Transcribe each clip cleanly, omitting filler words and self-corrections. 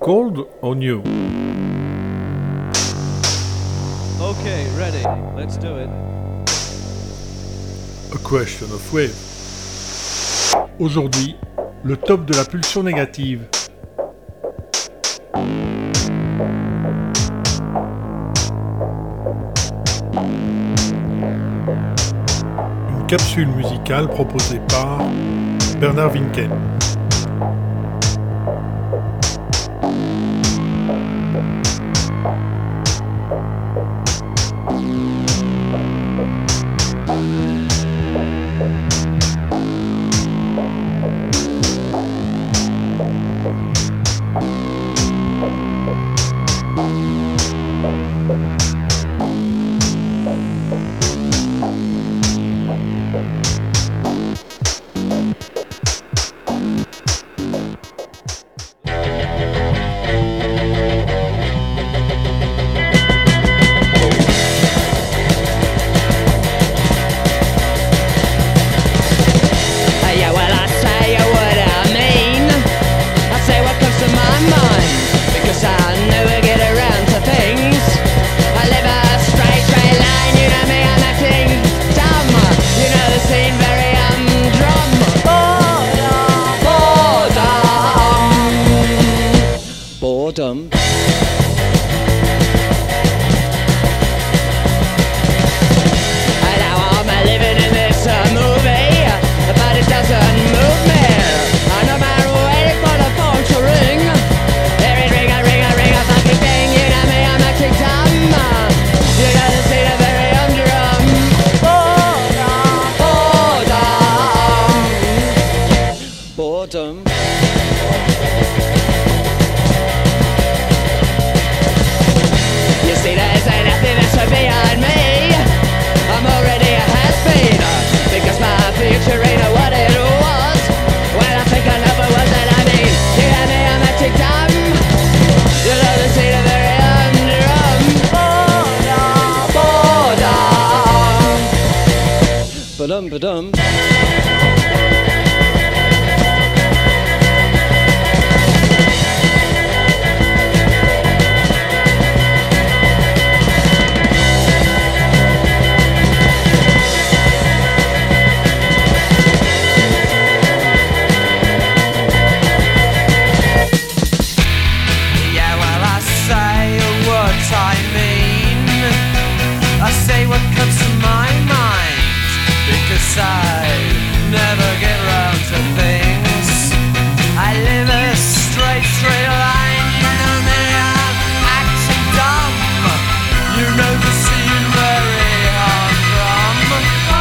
Cold or new? Okay, ready. Let's do it. A question of wave. Aujourd'hui, le top de la pulsion négative. Une capsule musicale proposée par Bernard Winken. Boredom. And now I'm living in this movie, but it doesn't move me. And no matter waiting for the phone to ring, there is ring a fucking thing. You know me, I'm acting dumb. You gotta see the very humdrum. Boredom. You see, there's nothing that's behind me. I'm already a has-been, because my future ain't what it was. When I think I know what that I mean. You hear me, I'm acting dumb. You love to see the very humdrum. Boredom. Ba-dum. I say what comes to my mind, because I never get round to things. I live a straight line. You know me, I'm acting dumb. You know the scene very humdrum.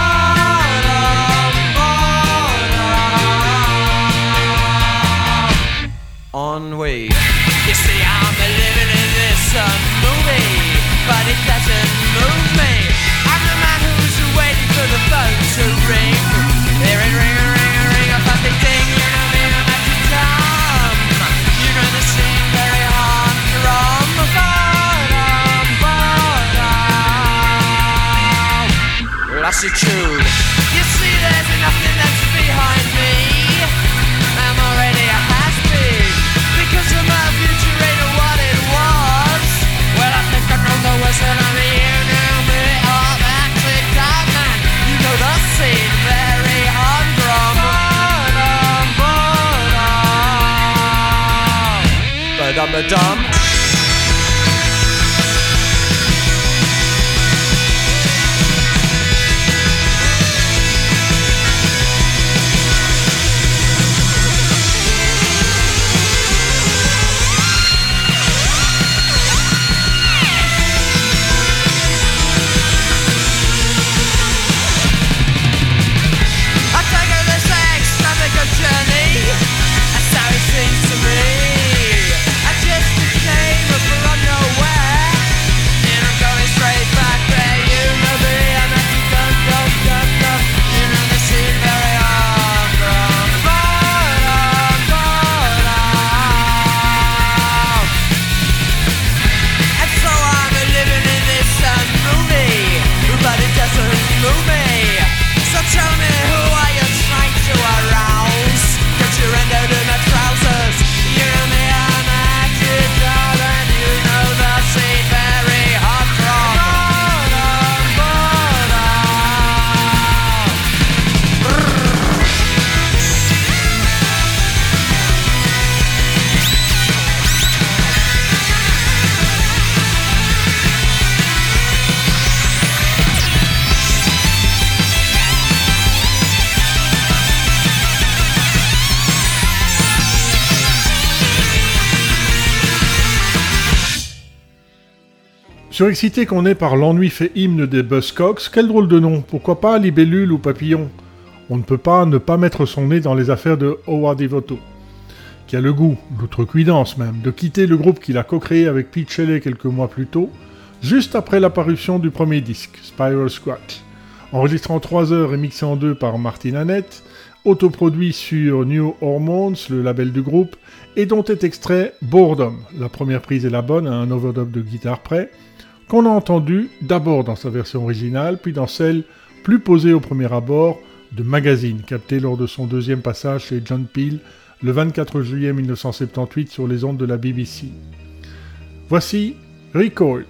Ennui. You see, I'm living in this movie, but it doesn't move me. I'm the man who's waiting for the phone to ring. There it ring, a fucking ding. You know me, I'm acting dumb. You know the scene very humdrum. Lassitude. You see, there's nothing that's behind me. I'm already a has-been, because of my future ain't what it was. Well, I think I know the worst that I'm here now. Me up, acting dumb, man. You know the scene very humdrum. Ba-dum-ba-dum. Journey, that's how it seems to me. I just Surexcité qu'on est par l'ennui fait hymne des Buzzcocks, quel drôle de nom, pourquoi pas Libellule ou Papillon? On ne peut pas ne pas mettre son nez dans les affaires de Howard Devoto, qui a le goût, l'outrecuidance même, de quitter le groupe qu'il a co-créé avec Pete Shelley quelques mois plus tôt, juste après l'apparition du premier disque, Spiral Scratch, enregistré en 3 heures et mixé en 2 par Martin Annette, autoproduit sur New Hormones, le label du groupe, et dont est extrait Boredom, la première prise est la bonne, à un overdub de guitare près, qu'on a entendu d'abord dans sa version originale, puis dans celle plus posée au premier abord de Magazine, captée lors de son deuxième passage chez John Peel le 24 juillet 1978 sur les ondes de la BBC. Voici Recoil.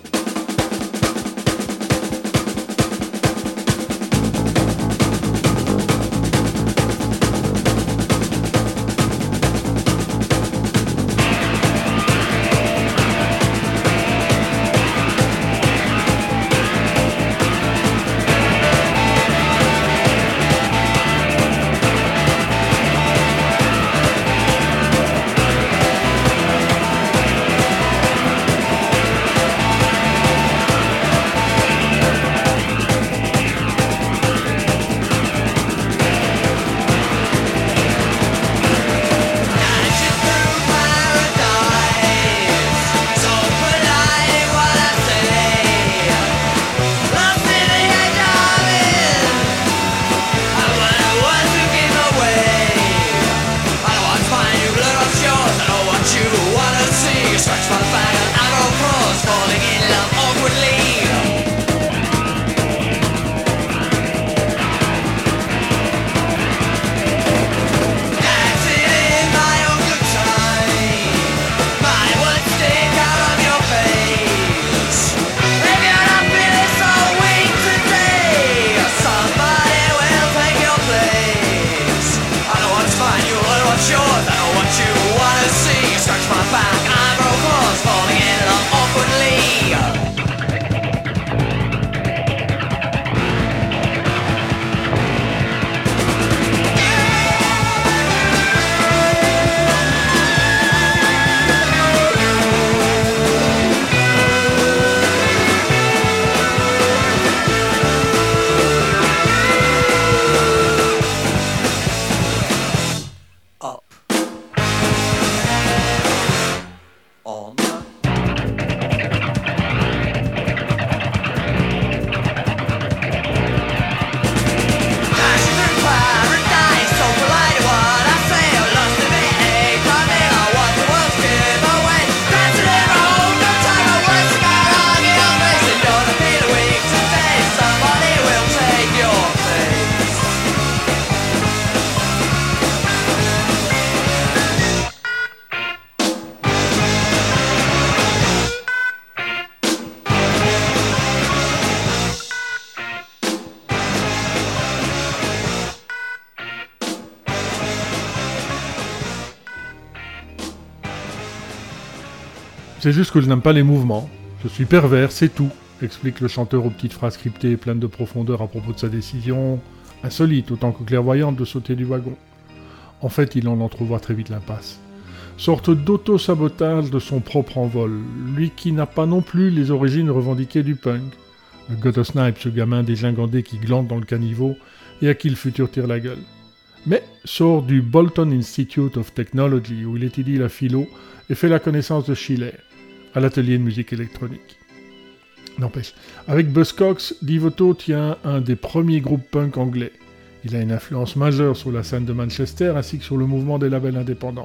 C'est juste que je n'aime pas les mouvements. Je suis pervers, c'est tout, explique le chanteur aux petites phrases cryptées et pleines de profondeur à propos de sa décision, insolite autant que clairvoyante, de sauter du wagon. En fait, il en entrevoit très vite l'impasse. Sorte d'auto-sabotage de son propre envol, lui qui n'a pas non plus les origines revendiquées du punk. Le Guttersnipe, ce gamin dégingandé qui glande dans le caniveau et à qui le futur tire la gueule. Mais sort du Bolton Institute of Technology où il étudie la philo et fait la connaissance de Schiller, à l'atelier de musique électronique. N'empêche, avec Buzzcocks, Devoto tient un des premiers groupes punk anglais. Il a une influence majeure sur la scène de Manchester ainsi que sur le mouvement des labels indépendants.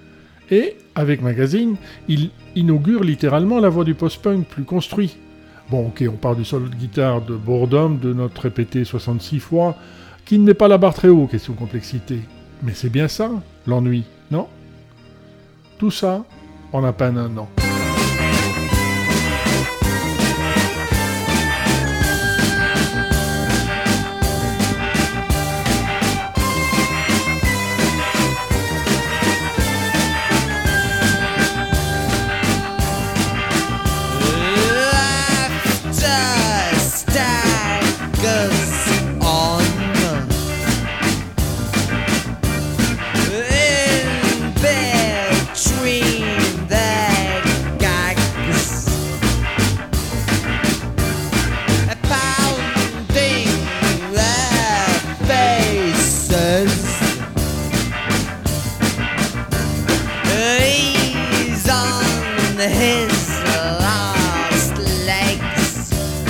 Et, avec Magazine, il inaugure littéralement la voie du post-punk plus construit. Bon, ok, on part du solo de guitare de Boredom, de notes répétées 66 fois, qui ne met pas la barre très haut, question complexité. Mais c'est bien ça, l'ennui, non? Tout ça en à peine un an. Between that his last legs.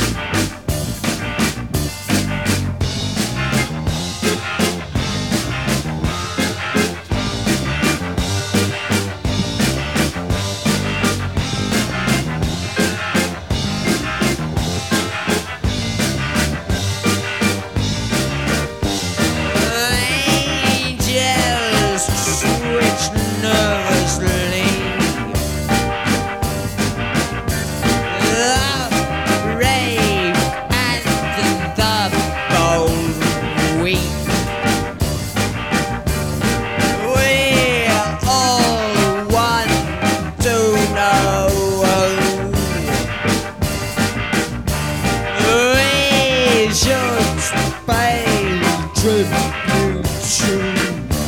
Angels switch nervously. The rave and the bold weep. We all want to know. We should pay tribute to.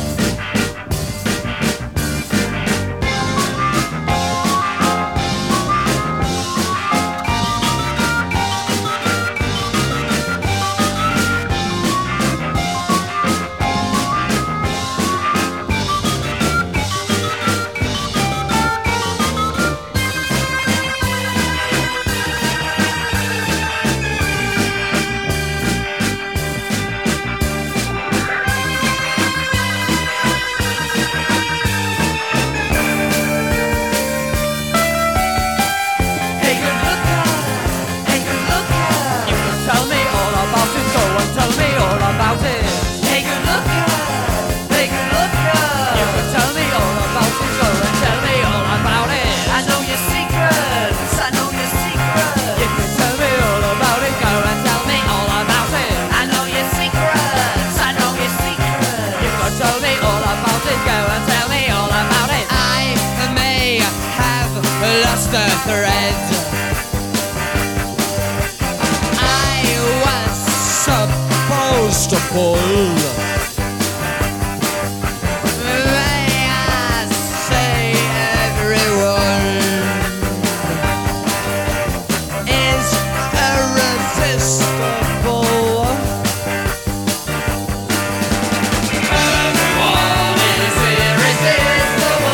Lost the thread. I was supposed to pull. May I say everyone is irresistible. Everyone is irresistible.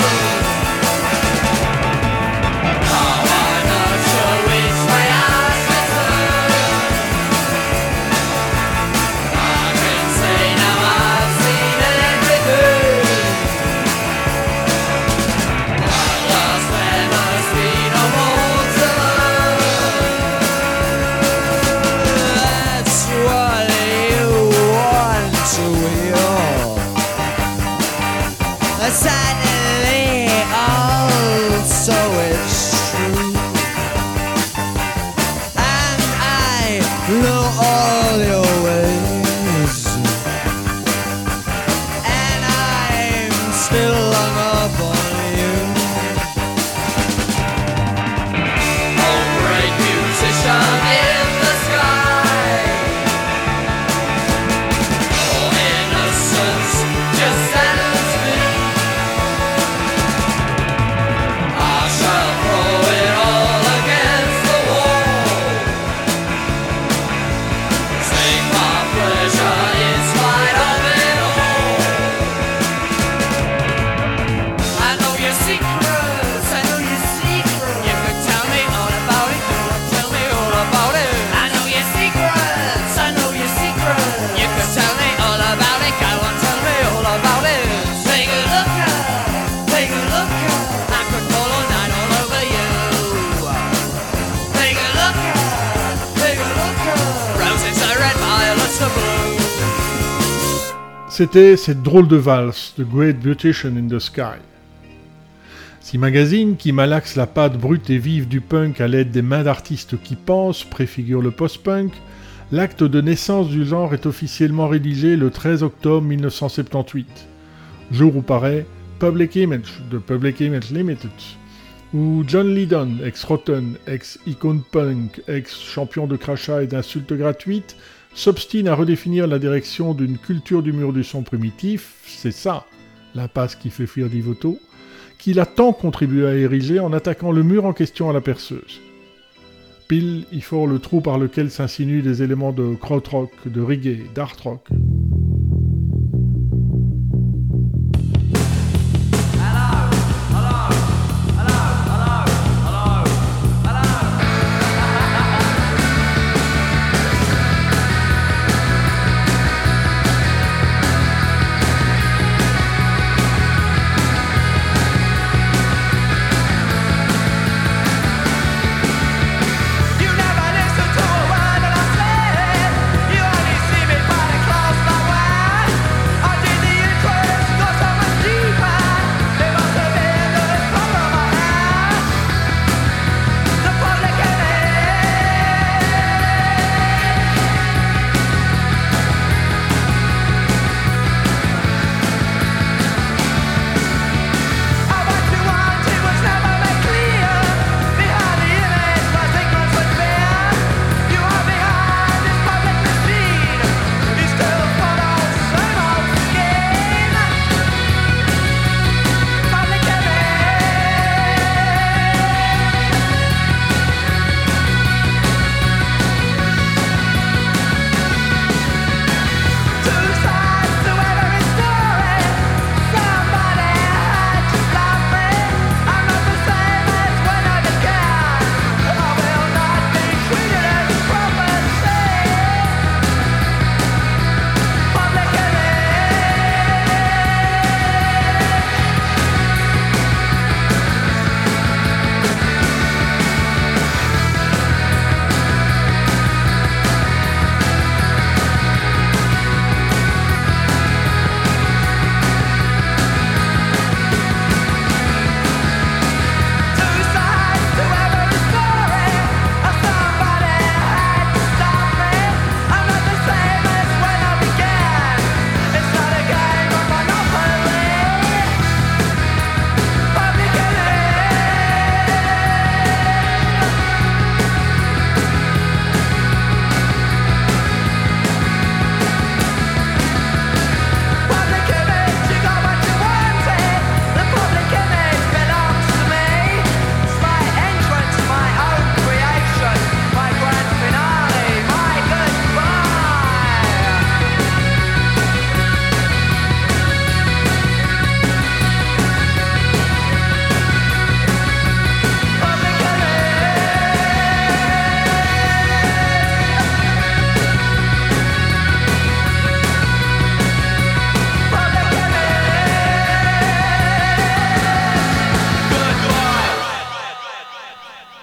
Sadly, also it's true, and I know all your ways, and I'm still hung up on you. Oh, great musician in the sky, oh, innocence just saddens me. C'était cette drôle de valse, The Great Beautician in the Sky. Si Magazine, qui malaxe la patte brute et vive du punk à l'aide des mains d'artistes qui pensent, préfigure le post-punk, l'acte de naissance du genre est officiellement rédigé le 13 octobre 1978, jour où paraît Public Image de Public Image Limited, où John Lydon, ex-Rotten, ex-icône punk, ex-champion de crachats et d'insultes gratuites, s'obstine à redéfinir la direction d'une culture du mur du son primitif, c'est ça, l'impasse qui fait fuir Divoto, qu'il a tant contribué à ériger en attaquant le mur en question à la perceuse. Pile, il fore le trou par lequel s'insinuent des éléments de krautrock, de reggae, d'art rock. Hello, hello, hello, hello.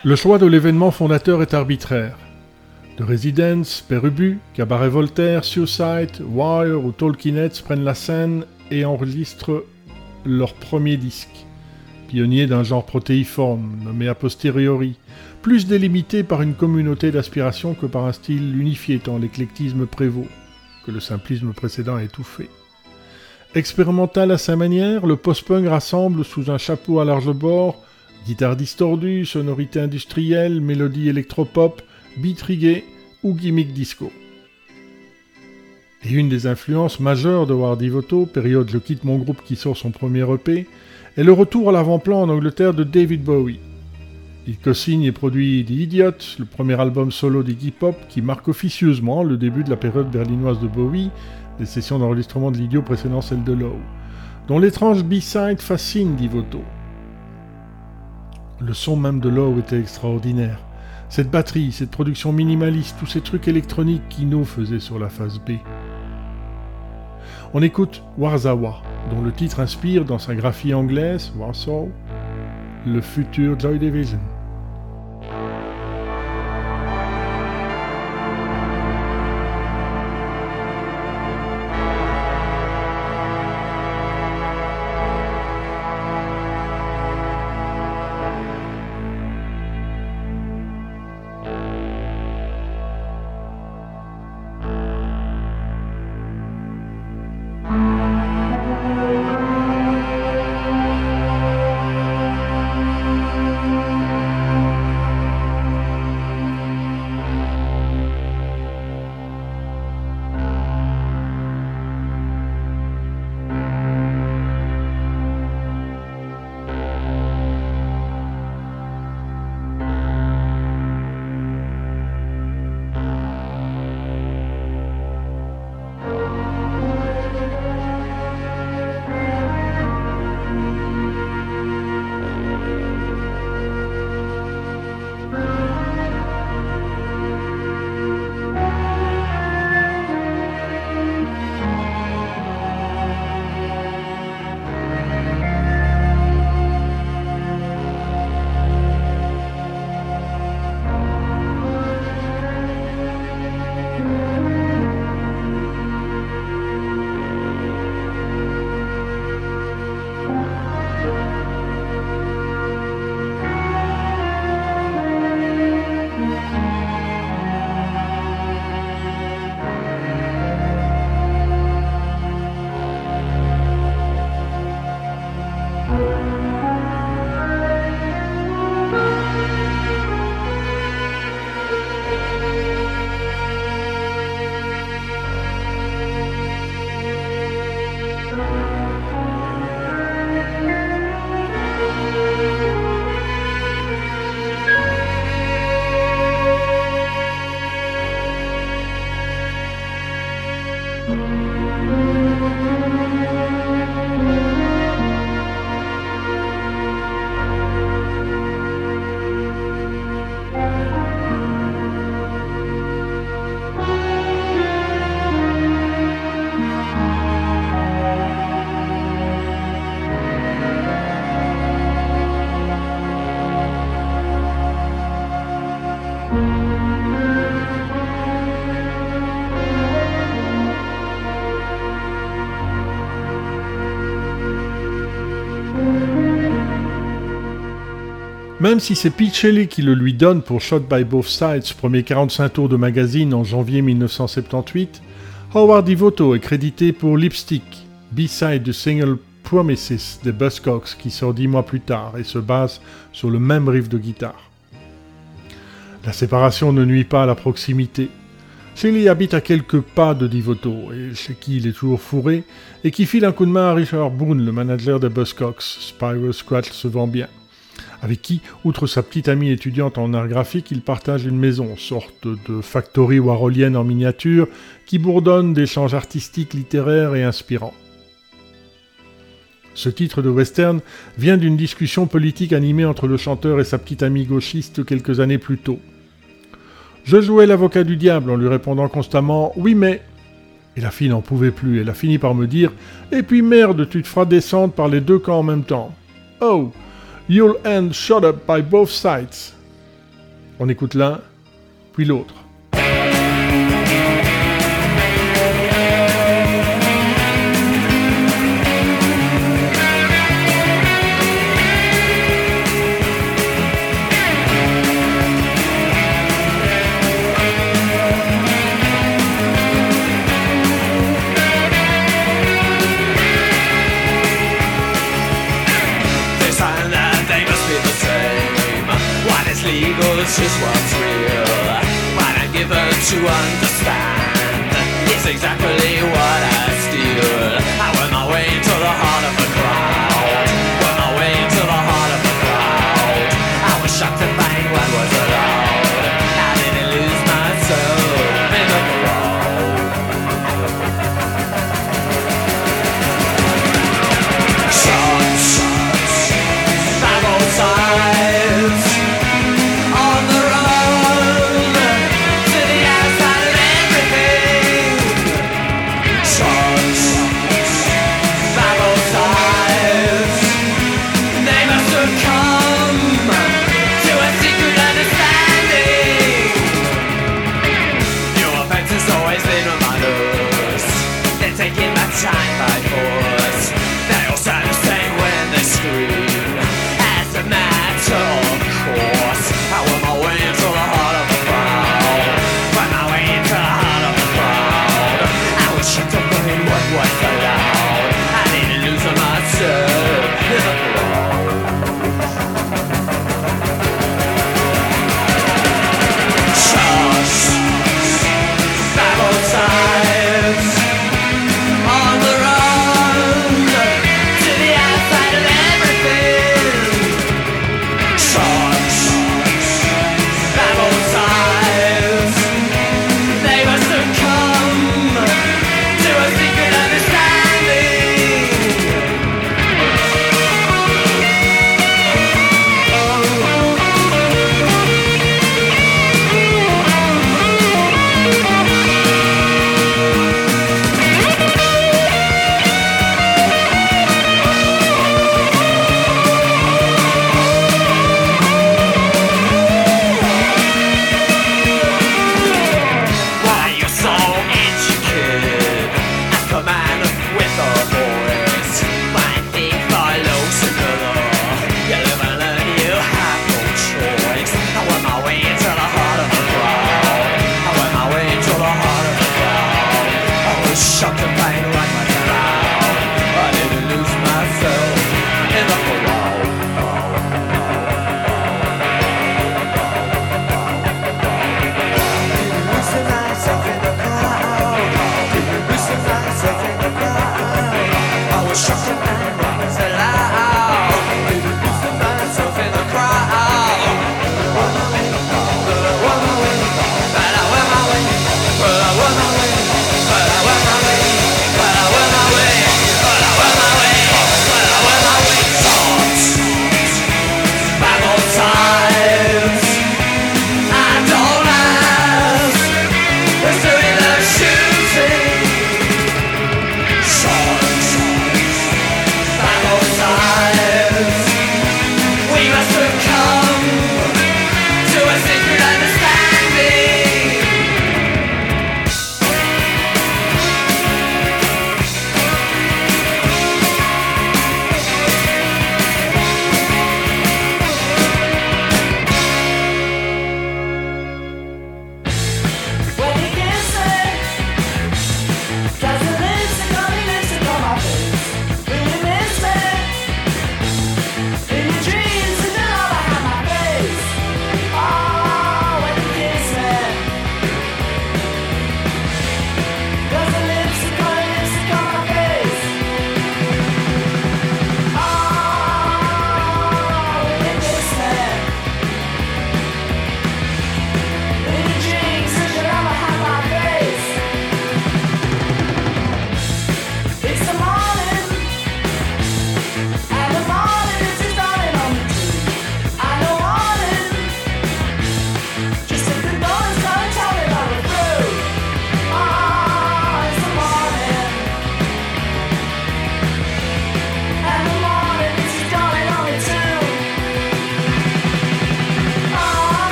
Le choix de l'événement fondateur est arbitraire. The Residents, Père Ubu, Cabaret Voltaire, Suicide, Wire ou Talking Heads prennent la scène et enregistrent leur premier disque, pionnier d'un genre protéiforme, nommé a posteriori, plus délimité par une communauté d'aspiration que par un style unifié tant l'éclectisme prévaut, que le simplisme précédent a étouffé. Expérimental à sa manière, le post-punk rassemble sous un chapeau à large bord guitare distordue, sonorité industrielle, mélodie électropop, beat reggae ou gimmick disco. Et une des influences majeures de War Devoto, période Je quitte mon groupe qui sort son premier EP, est le retour à l'avant-plan en Angleterre de David Bowie. Il co-signe et produit The Idiot, le premier album solo d'Iggy Pop qui marque officieusement le début de la période berlinoise de Bowie, les sessions d'enregistrement de l'Idiot précédant celle de Low, dont l'étrange B-side fascine Devoto. Le son même de Low était extraordinaire. Cette batterie, cette production minimaliste, tous ces trucs électroniques qu'Ino faisait sur la face B. On écoute Warzawa, dont le titre inspire dans sa graphie anglaise, Warsaw, le futur Joy Division. Même si c'est Pete Shelley qui le lui donne pour Shot by Both Sides, premier 45 tours de magazine en janvier 1978, Howard Devoto est crédité pour Lipstick, B-side du single Promises des Buzzcocks qui sort 10 mois plus tard et se base sur le même riff de guitare. La séparation ne nuit pas à la proximité. Shelley habite à quelques pas de Devoto, et chez qui il est toujours fourré, et qui file un coup de main à Richard Boone, le manager des Buzzcocks, Spiral Scratch se vend bien, avec qui, outre sa petite amie étudiante en art graphique, il partage une maison, sorte de factory warholienne en miniature, qui bourdonne d'échanges artistiques, littéraires et inspirants. Ce titre de western vient d'une discussion politique animée entre le chanteur et sa petite amie gauchiste quelques années plus tôt. Je jouais l'avocat du diable en lui répondant constamment « Oui mais ». Et la fille n'en pouvait plus, elle a fini par me dire « Et puis merde, tu te feras descendre par les deux camps en même temps. Oh, you'll end shot up by both sides ». On écoute l'un, puis l'autre. It's just what's real. What I'm given to understand is exactly what I steal. I went my way to the heart of the crowd. Went my way to the heart of the crowd. I was shocked to find what was allowed. I didn't lose my soul in the crowd. Shots by both sides.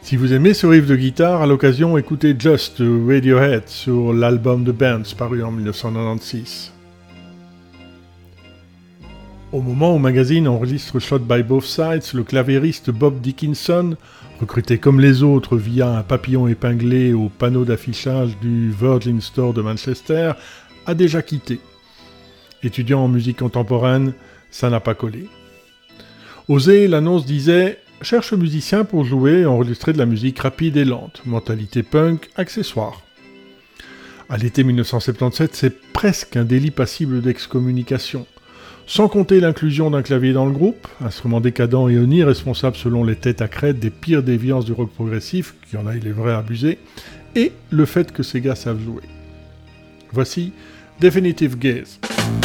Si vous aimez ce riff de guitare, à l'occasion, écoutez Just de Radiohead sur l'album The Bands paru en 1996. Au moment où Magazine enregistre Shot by Both Sides, le claviériste Bob Dickinson, recruté comme les autres via un papillon épinglé au panneau d'affichage du Virgin Store de Manchester, a déjà quitté. Étudiant en musique contemporaine, ça n'a pas collé. Osé, l'annonce disait « Cherche musicien pour jouer et enregistrer de la musique rapide et lente, mentalité punk, accessoire ». À l'été 1977, c'est presque un délit passible d'excommunication. Sans compter l'inclusion d'un clavier dans le groupe, instrument décadent et irresponsable selon les têtes à crête des pires déviances du rock progressif, qui en a il est vrai abusé, et le fait que ces gars savent jouer. Voici Definitive Gaze.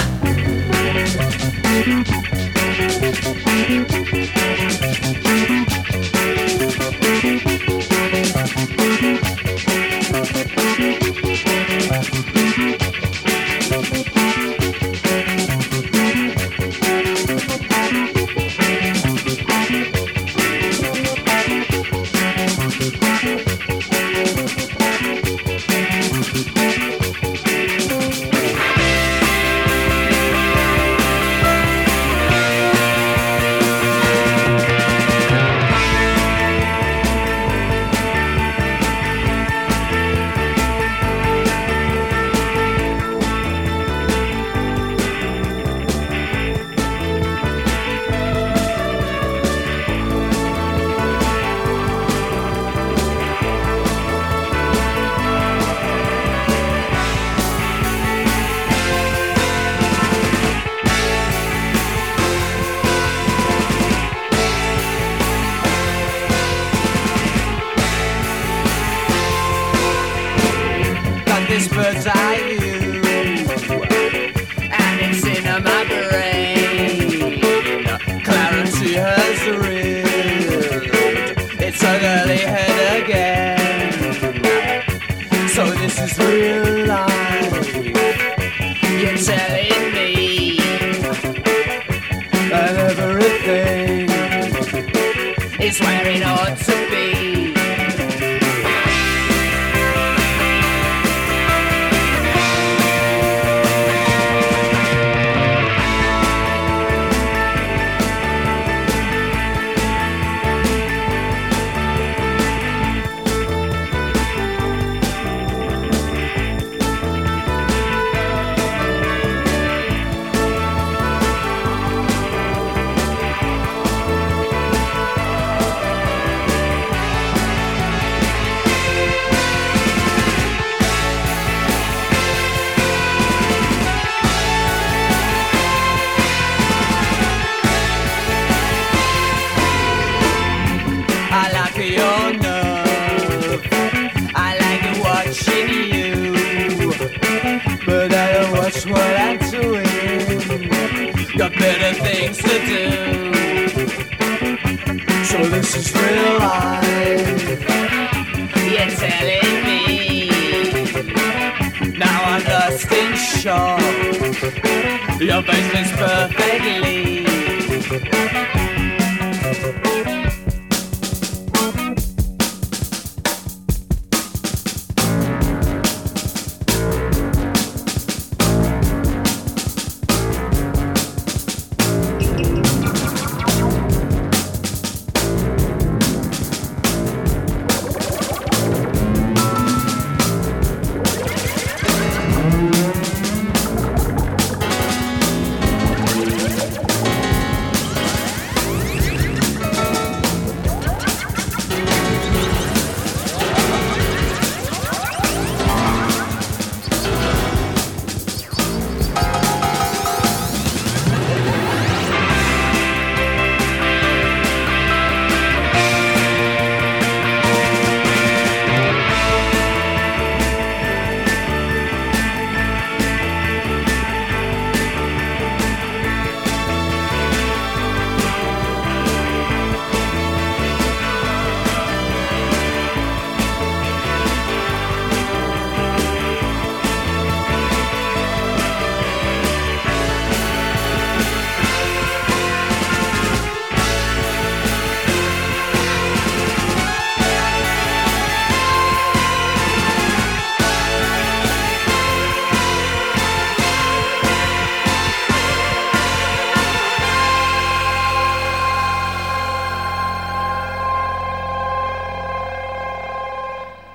Your face fits perfectly.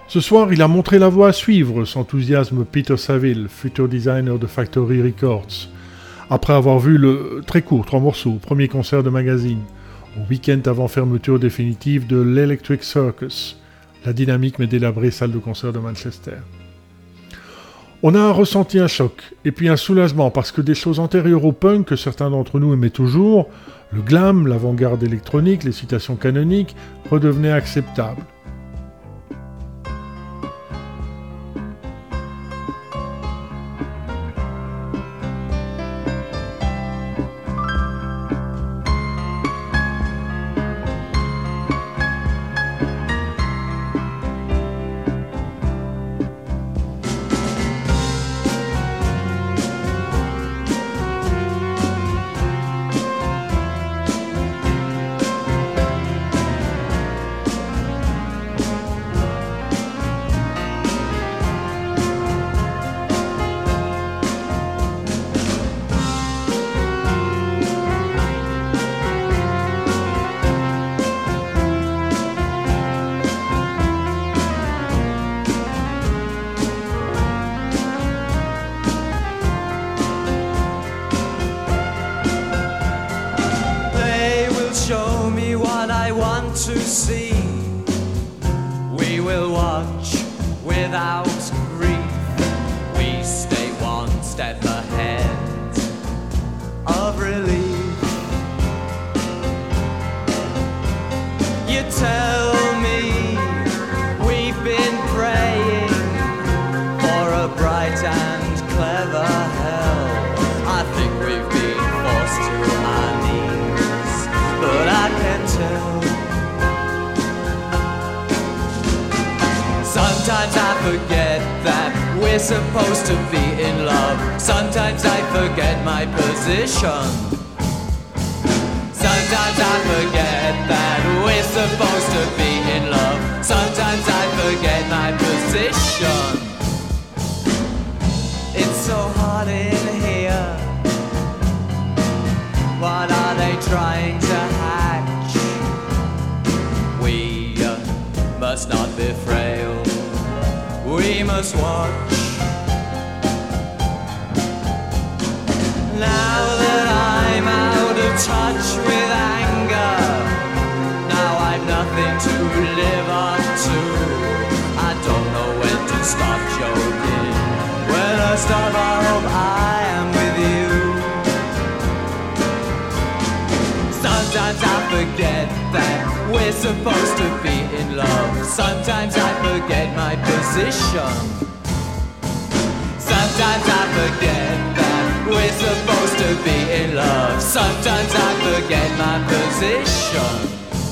Ce soir, il a montré la voie à suivre, s'enthousiasme Peter Saville, futur designer de Factory Records, après avoir vu le très court, 3 morceaux, premier concert de magazine, au week-end avant fermeture définitive de l'Electric Circus, la dynamique mais délabrée salle de concert de Manchester. On a ressenti un choc, et puis un soulagement, parce que des choses antérieures au punk que certains d'entre nous aimaient toujours, le glam, l'avant-garde électronique, les citations canoniques, redevenaient acceptables. To see, we will watch without grief. We stay one step ahead of relief. You tell me we've been praying for a bright and clever hell. I think we've been forced to our knees, but I can tell. Sometimes I forget that we're supposed to be in love. Sometimes I forget my position. Sometimes I forget that we're supposed to be in love. Sometimes I forget my position. It's so hot in here. What are they trying to hatch? We must not be frail. We must watch. Now that I'm out of touch with anger, now I've nothing to live up to. I don't know when to stop joking. When I stop, I hope I am with you. Sometimes I forget that we're supposed to be in love. Sometimes I forget my position. Sometimes I forget that we're supposed to be in love. Sometimes I forget my position.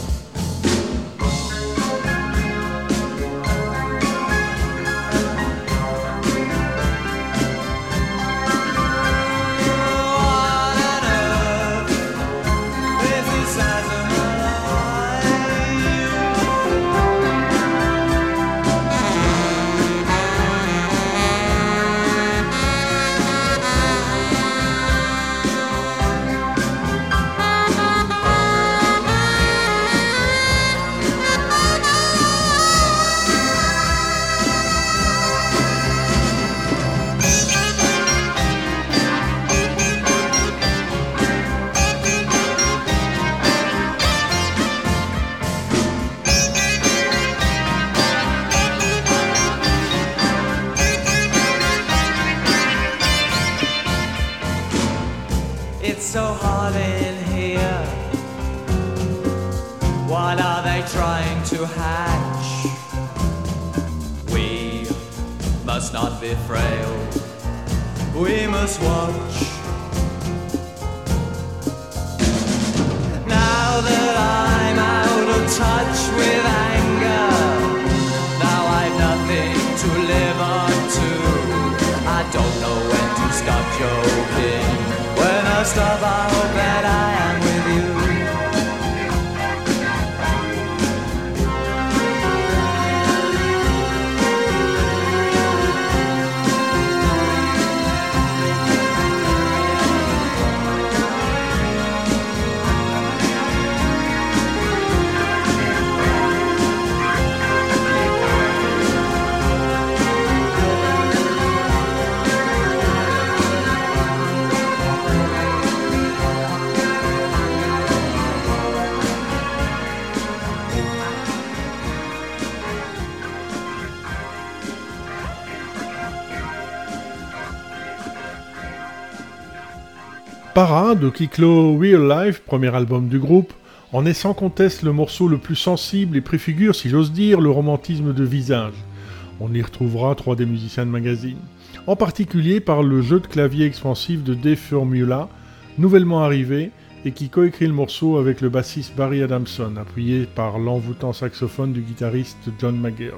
So hot in here. What are they trying to hatch? We must not be frail. We must watch. Now that I'm out of touch with anger, now I've nothing to live on to. I don't know when to stop joking. When I stop, I hope that I am with you. Para de Kiklo Real Life, premier album du groupe, en est sans conteste le morceau le plus sensible et préfigure, si j'ose dire, le romantisme de visage. On y retrouvera 3 des musiciens de magazine. En particulier par le jeu de clavier expansif de Dave Formula, nouvellement arrivé, et qui coécrit le morceau avec le bassiste Barry Adamson, appuyé par l'envoûtant saxophone du guitariste John McGeough.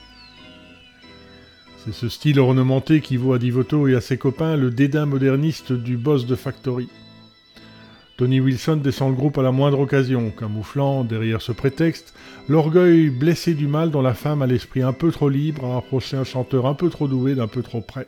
C'est ce style ornementé qui vaut à Devoto et à ses copains le dédain moderniste du boss de Factory. Tony Wilson descend le groupe à la moindre occasion, camouflant, derrière ce prétexte, l'orgueil blessé du mal dont la femme a l'esprit un peu trop libre à approcher un chanteur un peu trop doué d'un peu trop près.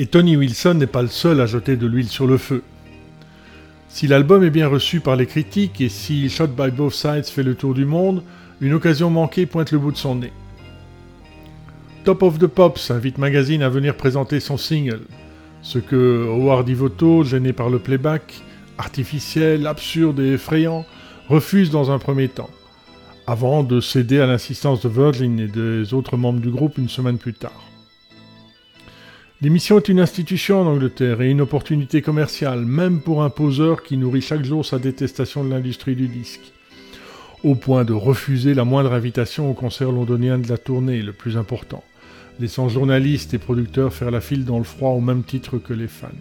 Tony Wilson n'est pas le seul à jeter de l'huile sur le feu. Si l'album est bien reçu par les critiques et si Shot by Both Sides fait le tour du monde, une occasion manquée pointe le bout de son nez. Top of the Pops invite Magazine à venir présenter son single, ce que Howard Devoto, gêné par le playback, artificiel, absurde et effrayant, refuse dans un premier temps, avant de céder à l'insistance de Virgin et des autres membres du groupe une semaine plus tard. L'émission est une institution en Angleterre et une opportunité commerciale, même pour un poseur qui nourrit chaque jour sa détestation de l'industrie du disque, au point de refuser la moindre invitation au concert londonien de la tournée, le plus important, laissant journalistes et producteurs faire la file dans le froid au même titre que les fans.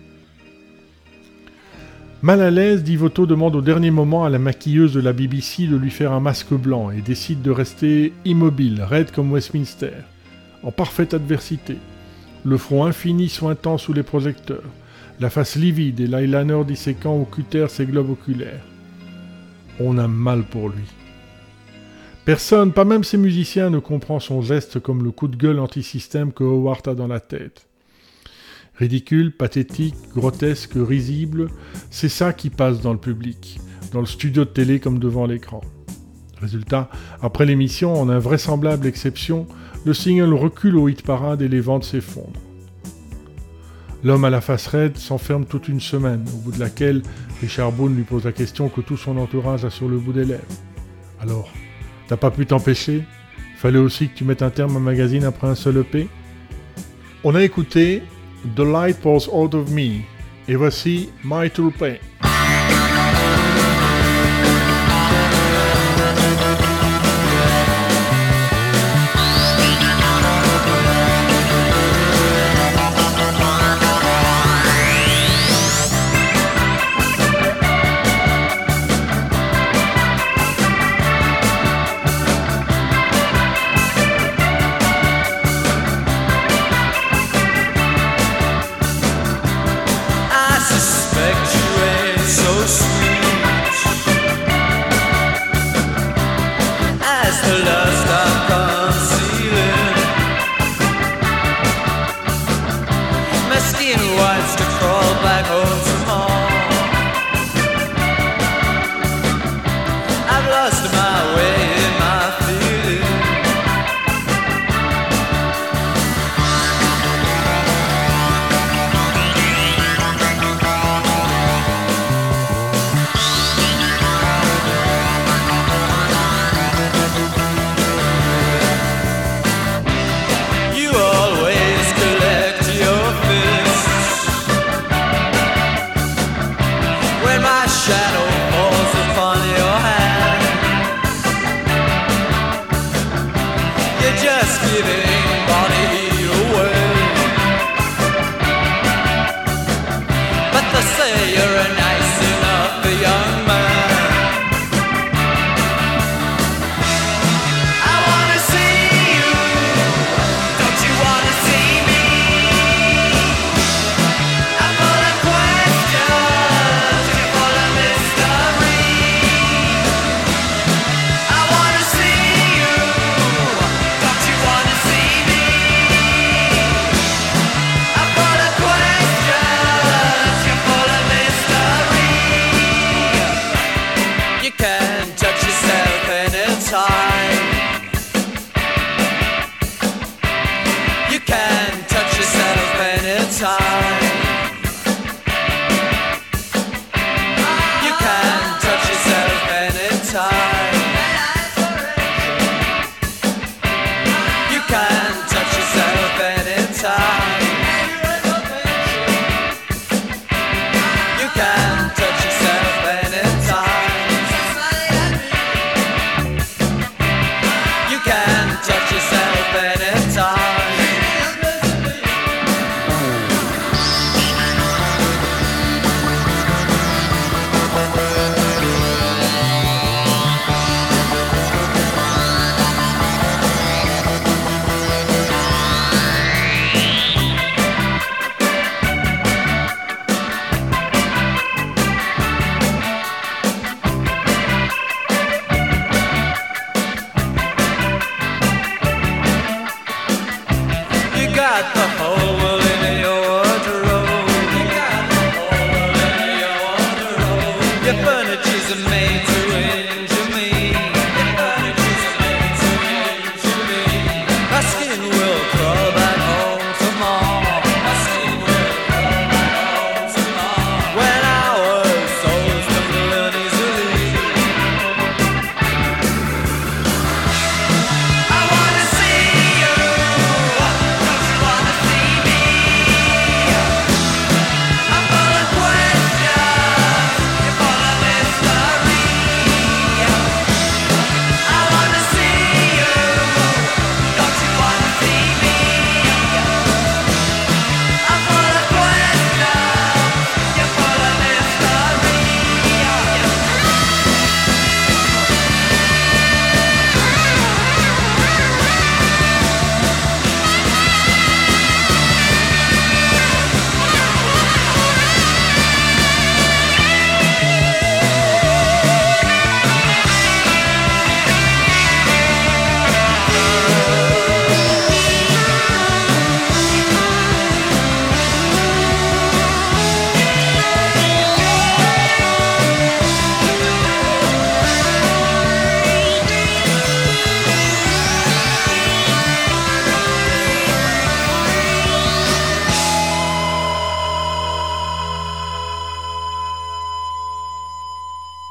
Mal à l'aise, Devoto demande au dernier moment à la maquilleuse de la BBC de lui faire un masque blanc et décide de rester immobile, raide comme Westminster, en parfaite adversité. Le front infini sointant sous les projecteurs, la face livide et l'eyeliner disséquant au cutter ses globes oculaires. On a mal pour lui. Personne, pas même ses musiciens, ne comprend son geste comme le coup de gueule anti-système que Howard a dans la tête. Ridicule, pathétique, grotesque, risible, c'est ça qui passe dans le public, dans le studio de télé comme devant l'écran. Résultat, après l'émission, en invraisemblable exception, le single recule au hit parade et les ventes s'effondrent. L'homme à la face raide s'enferme toute une semaine, au bout de laquelle Richard Boone lui pose la question que tout son entourage a sur le bout des lèvres. Alors, t'as pas pu t'empêcher ? Fallait aussi que tu mettes un terme à Magazine après un seul EP ? On a écouté The Light Pours Out of Me, et voici My Toupee.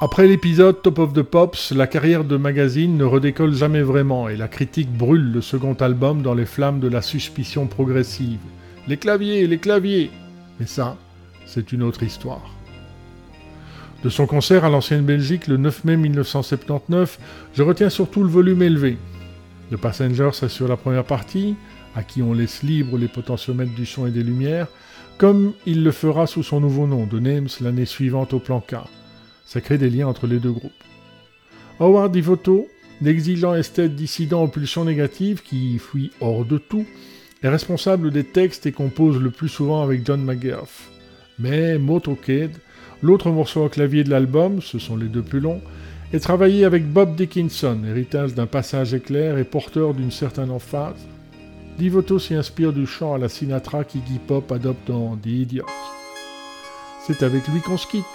Après l'épisode Top of the Pops, la carrière de Magazine ne redécolle jamais vraiment et la critique brûle le second album dans les flammes de la suspicion progressive. Les claviers! Mais ça, c'est une autre histoire. De son concert à l'Ancienne Belgique le 9 mai 1979, je retiens surtout le volume élevé. The Passengers assure la première partie, à qui on laisse libre les potentiomètres du son et des lumières, comme il le fera sous son nouveau nom, The Names, l'année suivante au plan K. Ça crée des liens entre les deux groupes. Howard Devoto, l'exigeant esthète dissident aux pulsions négatives qui fuit hors de tout, est responsable des textes et compose le plus souvent avec John McGurf. Mais Motorcade, l'autre morceau au clavier de l'album, ce sont les deux plus longs, est travaillé avec Bob Dickinson, héritage d'un passage éclair et porteur d'une certaine emphase. Devoto s'y inspire du chant à la Sinatra qu'Iggy Pop adopte dans The Idiot. C'est avec lui qu'on se quitte.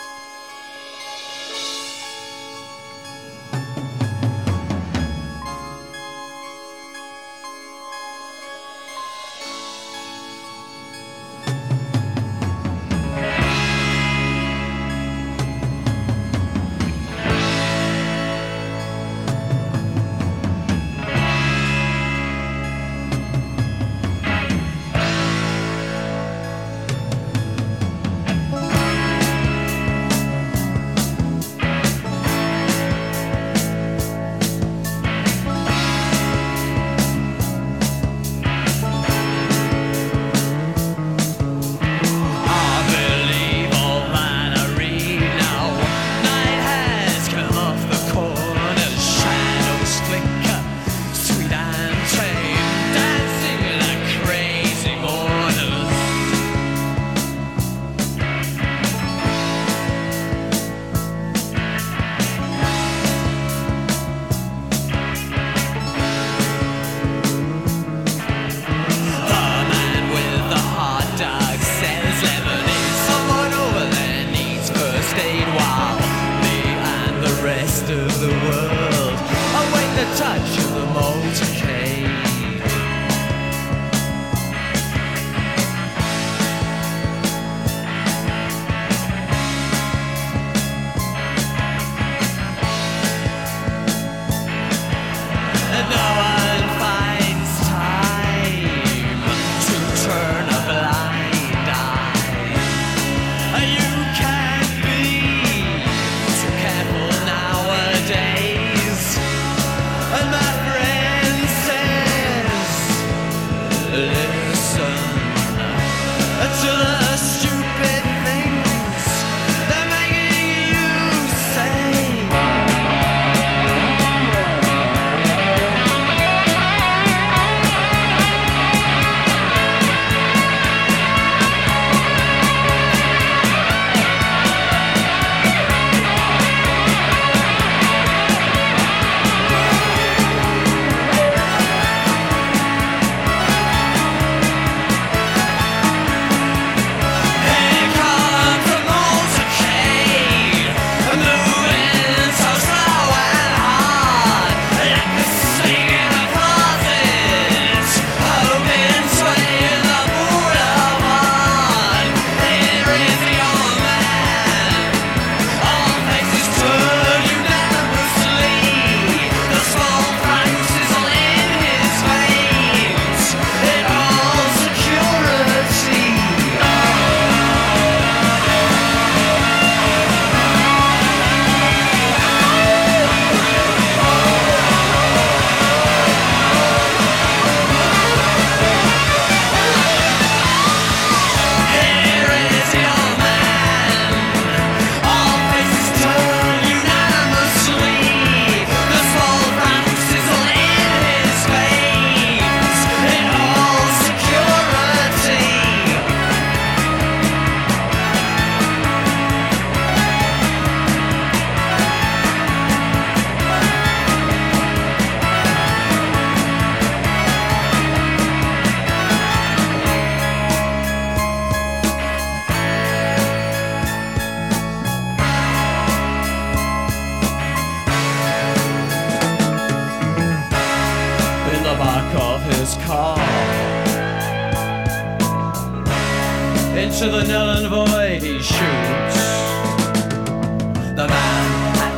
Into the null and void he shoots. The man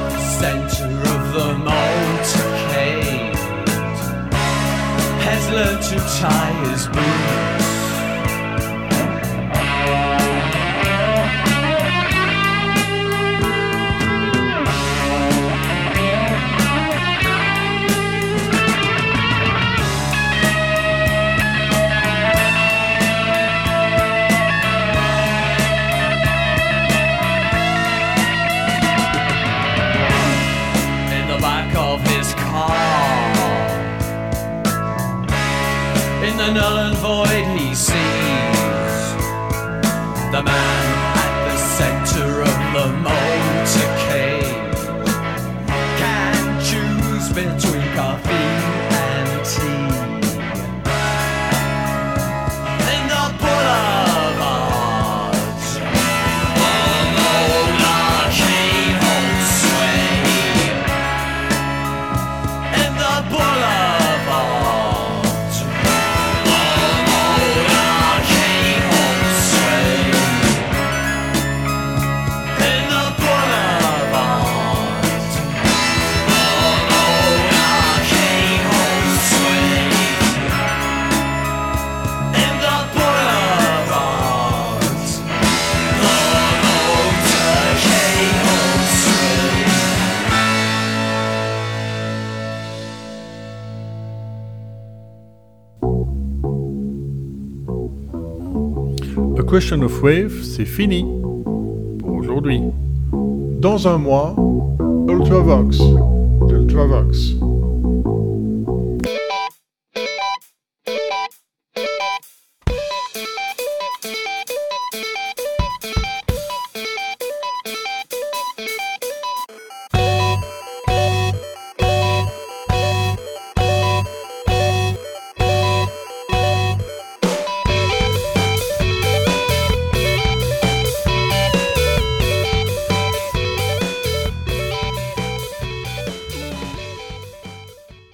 learned to tie his boots. In the null and void he sees the man at the center of the motorcade. Can choose between coffee and tea. In the boulevards, the monarchy holds sway. In the boulevards, A Question of Wave, c'est fini pour aujourd'hui. Dans un mois, Ultravox.